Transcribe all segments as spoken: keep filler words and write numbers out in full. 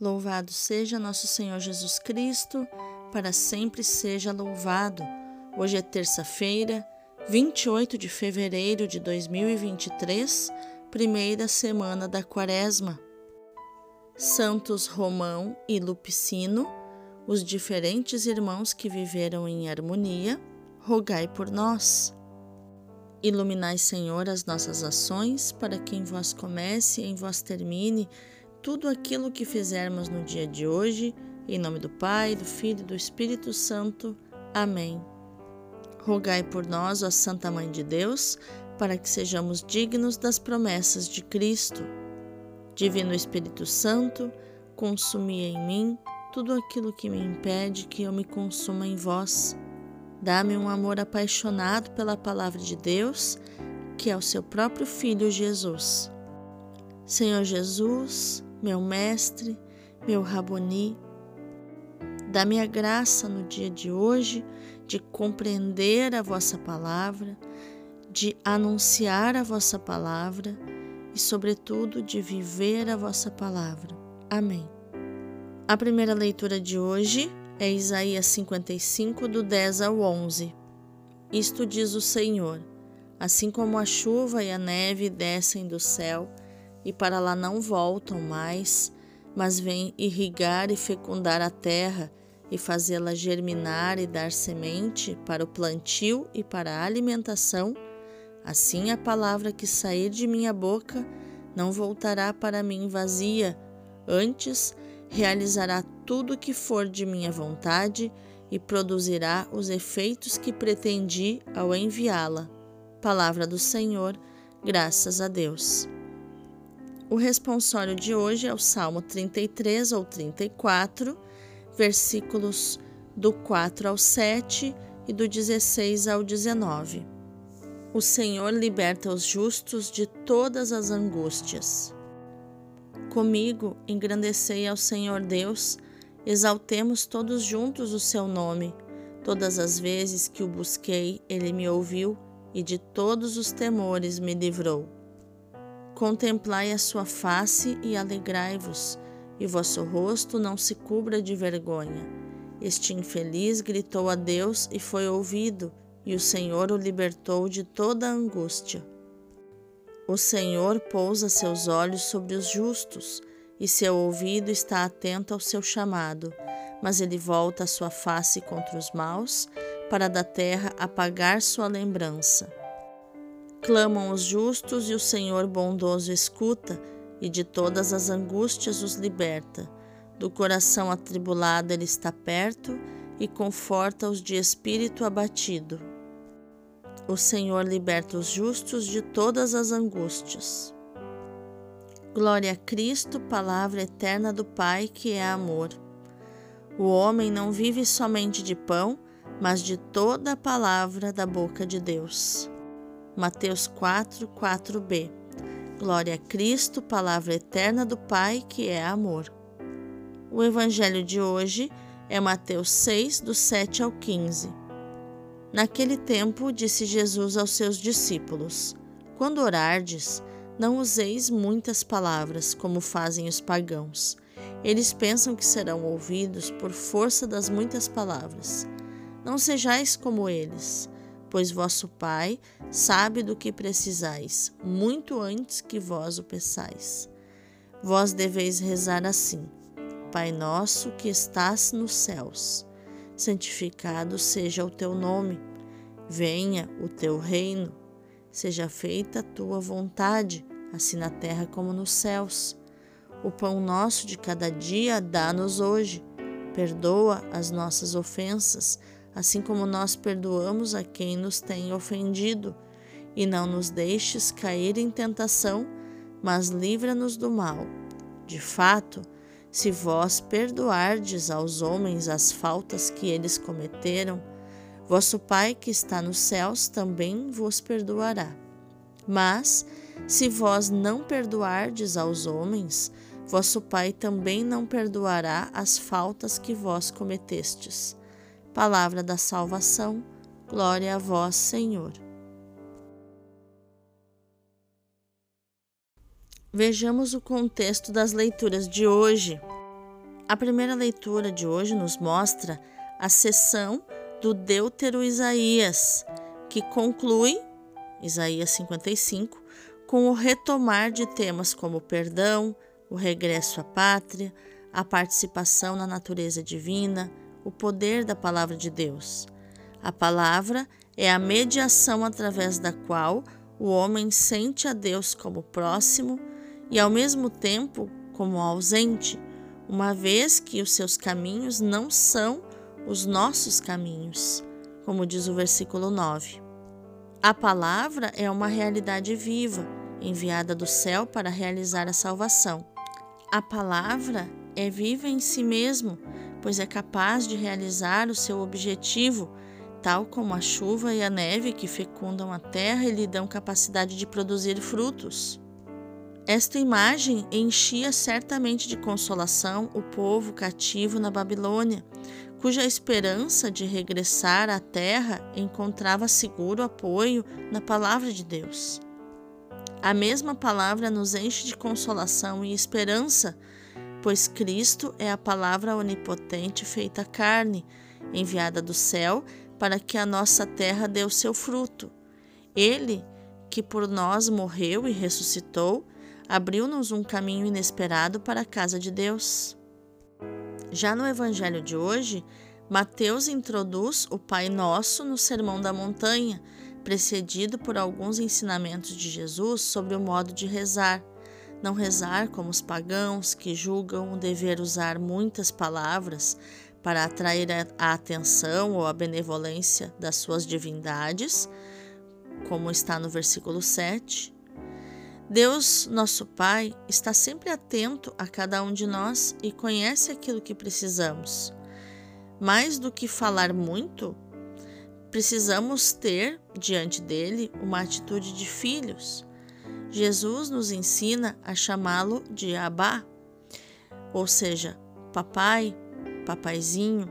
Louvado seja nosso Senhor Jesus Cristo, para sempre seja louvado. Hoje é terça-feira, vinte e oito de fevereiro de dois mil e vinte e três, primeira semana da Quaresma. Santos Romão e Lupicino, os diferentes irmãos que viveram em harmonia, rogai por nós. Iluminai, Senhor, as nossas ações, para que em vós comece e em vós termine tudo aquilo que fizermos no dia de hoje, em nome do Pai, do Filho e do Espírito Santo. Amém. Rogai por nós, ó Santa Mãe de Deus, para que sejamos dignos das promessas de Cristo. Divino Espírito Santo, consumi em mim tudo aquilo que me impede que eu me consuma em vós. Dá-me um amor apaixonado pela Palavra de Deus, que é o seu próprio Filho Jesus. Senhor Jesus, meu Mestre, meu Raboni, dá-me a graça no dia de hoje de compreender a vossa Palavra, de anunciar a vossa Palavra e, sobretudo, de viver a vossa Palavra. Amém. A primeira leitura de hoje é Isaías cinquenta e cinco, do dez ao onze. Isto diz o Senhor: assim como a chuva e a neve descem do céu e para lá não voltam mais, mas vêm irrigar e fecundar a terra e fazê-la germinar e dar semente para o plantio e para a alimentação, assim a palavra que sair de minha boca não voltará para mim vazia, antes realizará tudo o que for de minha vontade e produzirá os efeitos que pretendi ao enviá-la. Palavra do Senhor, graças a Deus. O responsório de hoje é o Salmo trinta e três ou trinta e quatro, versículos do quatro ao sete e do dezesseis ao dezenove. O Senhor liberta os justos de todas as angústias. Comigo engrandecei ao Senhor Deus, exaltemos todos juntos o seu nome. Todas as vezes que o busquei, ele me ouviu e de todos os temores me livrou. Contemplai a sua face e alegrai-vos, e vosso rosto não se cubra de vergonha. Este infeliz gritou a Deus e foi ouvido, e o Senhor o libertou de toda a angústia. O Senhor pousa seus olhos sobre os justos, e seu ouvido está atento ao seu chamado, mas ele volta a sua face contra os maus, para da terra apagar sua lembrança. Clamam os justos e o Senhor bondoso escuta, e de todas as angústias os liberta. Do coração atribulado ele está perto e conforta os de espírito abatido. O Senhor liberta os justos de todas as angústias. Glória a Cristo, palavra eterna do Pai, que é amor. O homem não vive somente de pão, mas de toda a palavra da boca de Deus. Mateus quatro, quatro b. Glória a Cristo, palavra eterna do Pai, que é amor. O evangelho de hoje é Mateus seis, do sete ao quinze. Naquele tempo, disse Jesus aos seus discípulos: quando orardes, não useis muitas palavras, como fazem os pagãos. Eles pensam que serão ouvidos por força das muitas palavras. Não sejais como eles, pois vosso Pai sabe do que precisais, muito antes que vós o peçais. Vós deveis rezar assim: Pai nosso que estás nos céus, santificado seja o teu nome. Venha o teu reino. Seja feita a tua vontade, assim na terra como nos céus. O pão nosso de cada dia dá-nos hoje. Perdoa as nossas ofensas, assim como nós perdoamos a quem nos tem ofendido. E não nos deixes cair em tentação, mas livra-nos do mal. De fato, se vós perdoardes aos homens as faltas que eles cometeram, vosso Pai que está nos céus também vos perdoará. Mas, se vós não perdoardes aos homens, vosso Pai também não perdoará as faltas que vós cometestes. Palavra da salvação, glória a vós, Senhor. Vejamos o contexto das leituras de hoje. A primeira leitura de hoje nos mostra a sessão do Deutero Isaías, que conclui, Isaías cinquenta e cinco, com o retomar de temas como o perdão, o regresso à pátria, a participação na natureza divina, o poder da palavra de Deus. A palavra é a mediação através da qual o homem sente a Deus como próximo e, ao mesmo tempo, como ausente, uma vez que os seus caminhos não são os nossos caminhos, como diz o versículo nove. A palavra é uma realidade viva, enviada do céu para realizar a salvação. A palavra é viva em si mesmo, pois é capaz de realizar o seu objetivo, tal como a chuva e a neve que fecundam a terra e lhe dão capacidade de produzir frutos. Esta imagem enchia certamente de consolação o povo cativo na Babilônia, cuja esperança de regressar à terra encontrava seguro apoio na palavra de Deus. A mesma palavra nos enche de consolação e esperança, pois Cristo é a palavra onipotente feita carne, enviada do céu para que a nossa terra dê o seu fruto. Ele, que por nós morreu e ressuscitou, abriu-nos um caminho inesperado para a casa de Deus. Já no Evangelho de hoje, Mateus introduz o Pai Nosso no Sermão da Montanha, precedido por alguns ensinamentos de Jesus sobre o modo de rezar. Não rezar como os pagãos que julgam o dever usar muitas palavras para atrair a atenção ou a benevolência das suas divindades, como está no versículo sete. Deus, nosso Pai, está sempre atento a cada um de nós e conhece aquilo que precisamos. Mais do que falar muito, precisamos ter, diante dele, uma atitude de filhos. Jesus nos ensina a chamá-lo de Abá, ou seja, papai, papaizinho,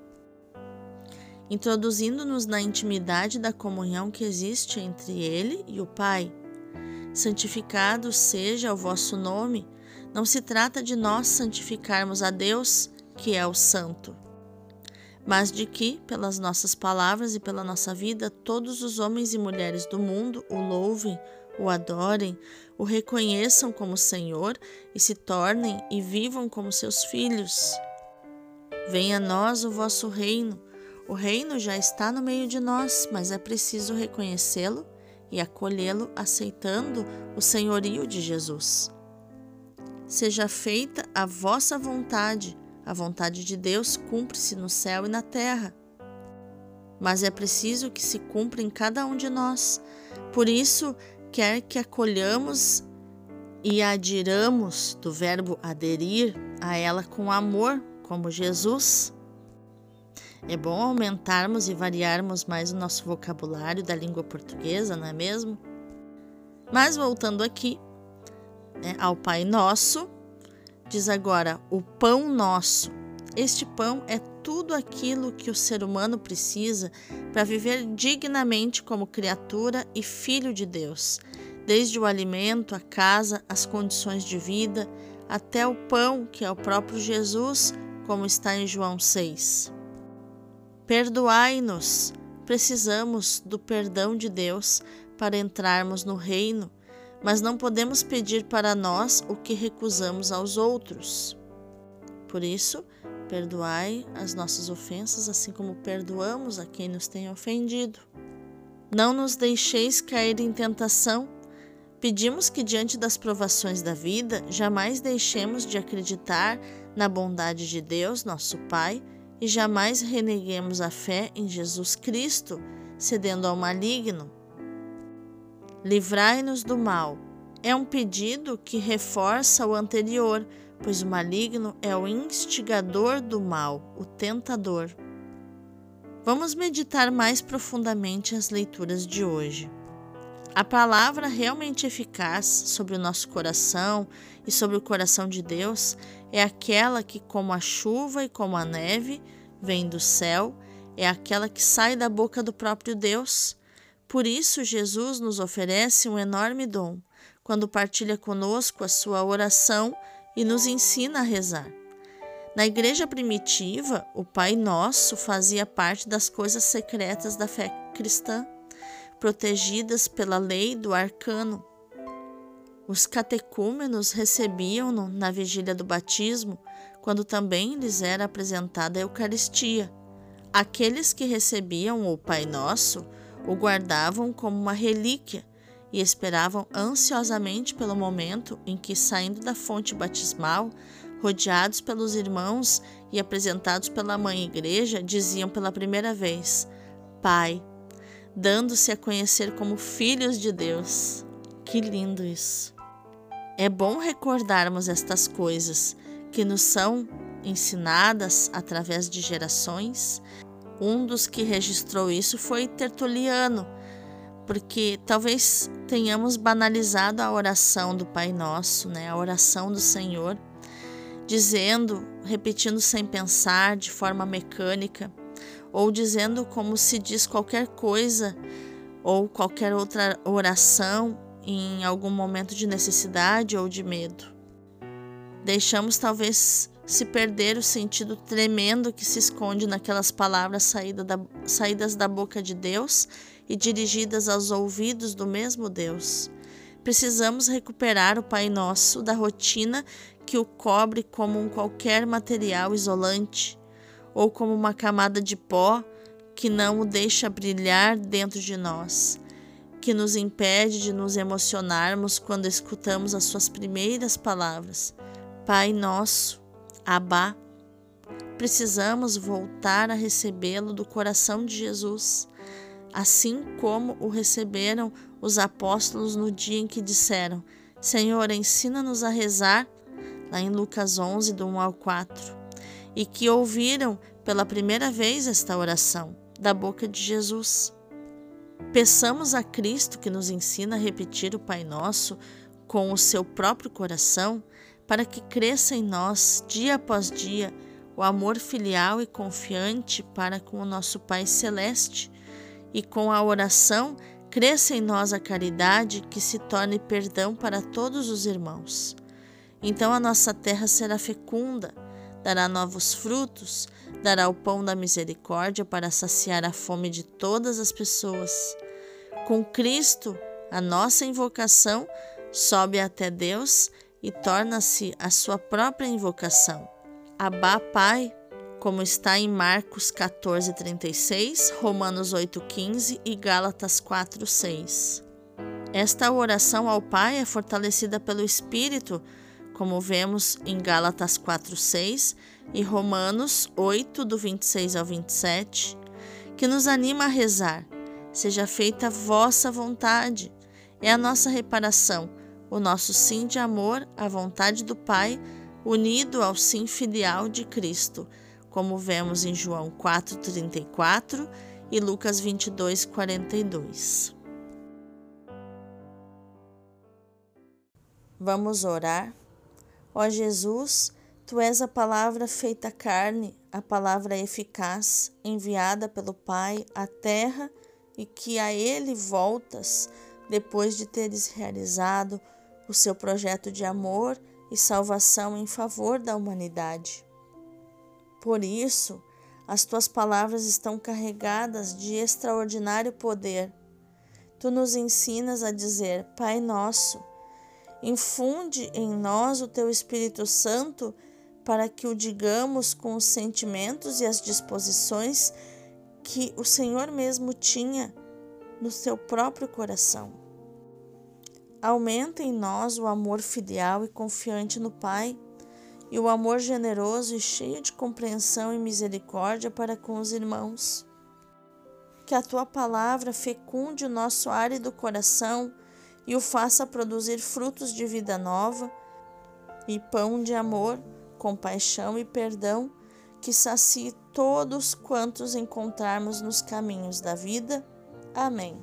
introduzindo-nos na intimidade da comunhão que existe entre ele e o Pai. Santificado seja o vosso nome. Não se trata de nós santificarmos a Deus, que é o Santo, mas de que, pelas nossas palavras e pela nossa vida, todos os homens e mulheres do mundo o louvem, o adorem, o reconheçam como Senhor e se tornem e vivam como seus filhos. Venha a nós o vosso reino. O reino já está no meio de nós, mas é preciso reconhecê-lo e acolhê-lo aceitando o senhorio de Jesus. Seja feita a vossa vontade. A vontade de Deus cumpre-se no céu e na terra, mas é preciso que se cumpra em cada um de nós. Por isso, quer que acolhamos e adiramos, do verbo aderir, a ela com amor, como Jesus. É bom aumentarmos e variarmos mais o nosso vocabulário da língua portuguesa, não é mesmo? Mas voltando aqui, né, ao Pai Nosso, diz agora o pão nosso. Este pão é tudo aquilo que o ser humano precisa para viver dignamente como criatura e filho de Deus, desde o alimento, a casa, as condições de vida, até o pão, que é o próprio Jesus, como está em João seis. Perdoai-nos. Precisamos do perdão de Deus para entrarmos no reino, mas não podemos pedir para nós o que recusamos aos outros. Por isso, perdoai as nossas ofensas, assim como perdoamos a quem nos tem ofendido. Não nos deixeis cair em tentação. Pedimos que, diante das provações da vida, jamais deixemos de acreditar na bondade de Deus, nosso Pai, e jamais reneguemos a fé em Jesus Cristo, cedendo ao maligno. Livrai-nos do mal. É um pedido que reforça o anterior, pois o maligno é o instigador do mal, o tentador. Vamos meditar mais profundamente as leituras de hoje. A palavra realmente eficaz sobre o nosso coração e sobre o coração de Deus é aquela que, como a chuva e como a neve, vem do céu, é aquela que sai da boca do próprio Deus. Por isso, Jesus nos oferece um enorme dom, quando partilha conosco a sua oração e nos ensina a rezar. Na igreja primitiva, o Pai Nosso fazia parte das coisas secretas da fé cristã, protegidas pela lei do arcano. Os catecúmenos recebiam-no na vigília do batismo, quando também lhes era apresentada a Eucaristia. Aqueles que recebiam o Pai Nosso o guardavam como uma relíquia e esperavam ansiosamente pelo momento em que, saindo da fonte batismal, rodeados pelos irmãos e apresentados pela Mãe Igreja, diziam pela primeira vez: Pai, dando-se a conhecer como filhos de Deus. Que lindo isso! É bom recordarmos estas coisas que nos são ensinadas através de gerações. Um dos que registrou isso foi Tertuliano, porque talvez tenhamos banalizado a oração do Pai Nosso, né? A oração do Senhor, dizendo, repetindo sem pensar, de forma mecânica, ou dizendo como se diz qualquer coisa ou qualquer outra oração em algum momento de necessidade ou de medo. Deixamos talvez se perder o sentido tremendo que se esconde naquelas palavras saída da, saídas da boca de Deus e dirigidas aos ouvidos do mesmo Deus. Precisamos recuperar o Pai Nosso da rotina que o cobre como um qualquer material isolante, ou como uma camada de pó que não o deixa brilhar dentro de nós, que nos impede de nos emocionarmos quando escutamos as suas primeiras palavras. Pai Nosso, Abá. Precisamos voltar a recebê-lo do coração de Jesus, assim como o receberam os apóstolos no dia em que disseram: Senhor, ensina-nos a rezar, lá em Lucas onze, do um ao quatro, e que ouviram pela primeira vez esta oração da boca de Jesus. Peçamos a Cristo, que nos ensina a repetir o Pai Nosso com o seu próprio coração, para que cresça em nós, dia após dia, o amor filial e confiante para com o nosso Pai Celeste, e com a oração cresça em nós a caridade que se torne perdão para todos os irmãos. Então a nossa terra será fecunda, dará novos frutos, dará o pão da misericórdia para saciar a fome de todas as pessoas. Com Cristo, a nossa invocação sobe até Deus e torna-se a sua própria invocação. Abá, Pai, como está em Marcos catorze, trinta e seis, Romanos oito, quinze e Gálatas quatro, seis. Esta oração ao Pai é fortalecida pelo Espírito, como vemos em Gálatas quatro, seis e Romanos oito, do vinte e seis ao vinte e sete, que nos anima a rezar: seja feita a vossa vontade. É a nossa reparação, o nosso sim de amor à vontade do Pai, unido ao sim filial de Cristo, como vemos em João quatro, trinta e quatro e Lucas vinte e dois, quarenta e dois. Vamos orar. Ó Jesus, Tu és a palavra feita carne, a palavra eficaz, enviada pelo Pai à terra, e que a Ele voltas depois de teres realizado o seu projeto de amor e salvação em favor da humanidade. Por isso, as Tuas palavras estão carregadas de extraordinário poder. Tu nos ensinas a dizer: Pai Nosso. Infunde em nós o Teu Espírito Santo para que o digamos com os sentimentos e as disposições que o Senhor mesmo tinha no seu próprio coração. Aumenta em nós o amor filial e confiante no Pai, e o amor generoso e cheio de compreensão e misericórdia para com os irmãos. Que a Tua palavra fecunde o nosso árido coração e o faça produzir frutos de vida nova e pão de amor, compaixão e perdão, que sacie todos quantos encontrarmos nos caminhos da vida. Amém.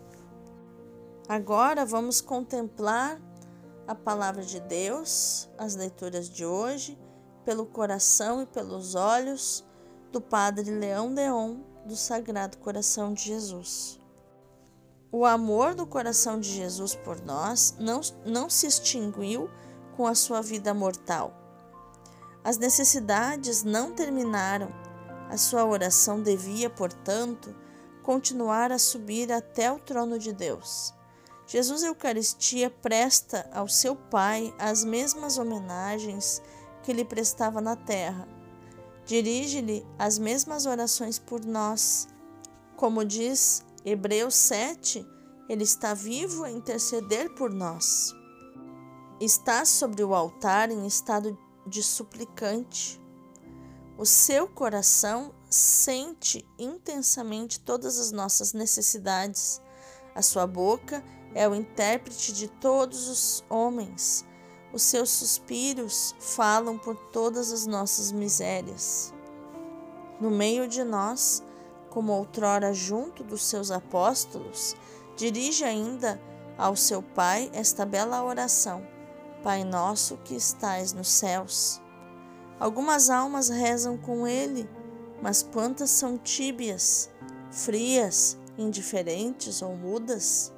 Agora vamos contemplar a palavra de Deus, as leituras de hoje, pelo coração e pelos olhos do Padre Leão Deon, do Sagrado Coração de Jesus. O amor do coração de Jesus por nós não, não se extinguiu com a sua vida mortal. As necessidades não terminaram. A sua oração devia, portanto, continuar a subir até o trono de Deus. Jesus Eucaristia presta ao seu Pai as mesmas homenagens que lhe prestava na terra. Dirige-lhe as mesmas orações por nós. Como diz Hebreus sete, ele está vivo a interceder por nós. Está sobre o altar em estado de suplicante. O seu coração sente intensamente todas as nossas necessidades. A sua boca é o intérprete de todos os homens. Os seus suspiros falam por todas as nossas misérias. No meio de nós, como outrora junto dos seus apóstolos, dirige ainda ao seu Pai esta bela oração: Pai nosso que estais nos céus. Algumas almas rezam com ele, mas quantas são tíbias, frias, indiferentes ou mudas?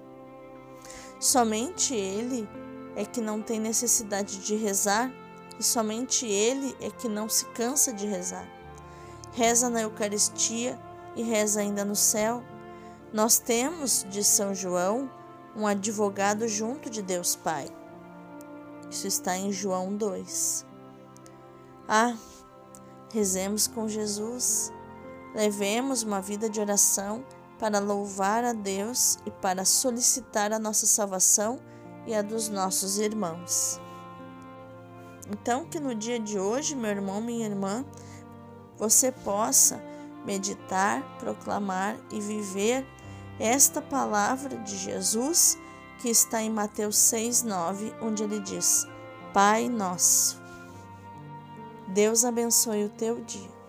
Somente ele é que não tem necessidade de rezar, e somente ele é que não se cansa de rezar. Reza na Eucaristia e reza ainda no céu. Nós temos, diz São João, um advogado junto de Deus Pai. Isso está em João dois. Ah, rezemos com Jesus, levemos uma vida de oração para louvar a Deus e para solicitar a nossa salvação e a dos nossos irmãos. Então, que no dia de hoje, meu irmão, minha irmã, você possa meditar, proclamar e viver esta palavra de Jesus que está em Mateus seis, nove, onde ele diz: Pai nosso. Deus abençoe o teu dia.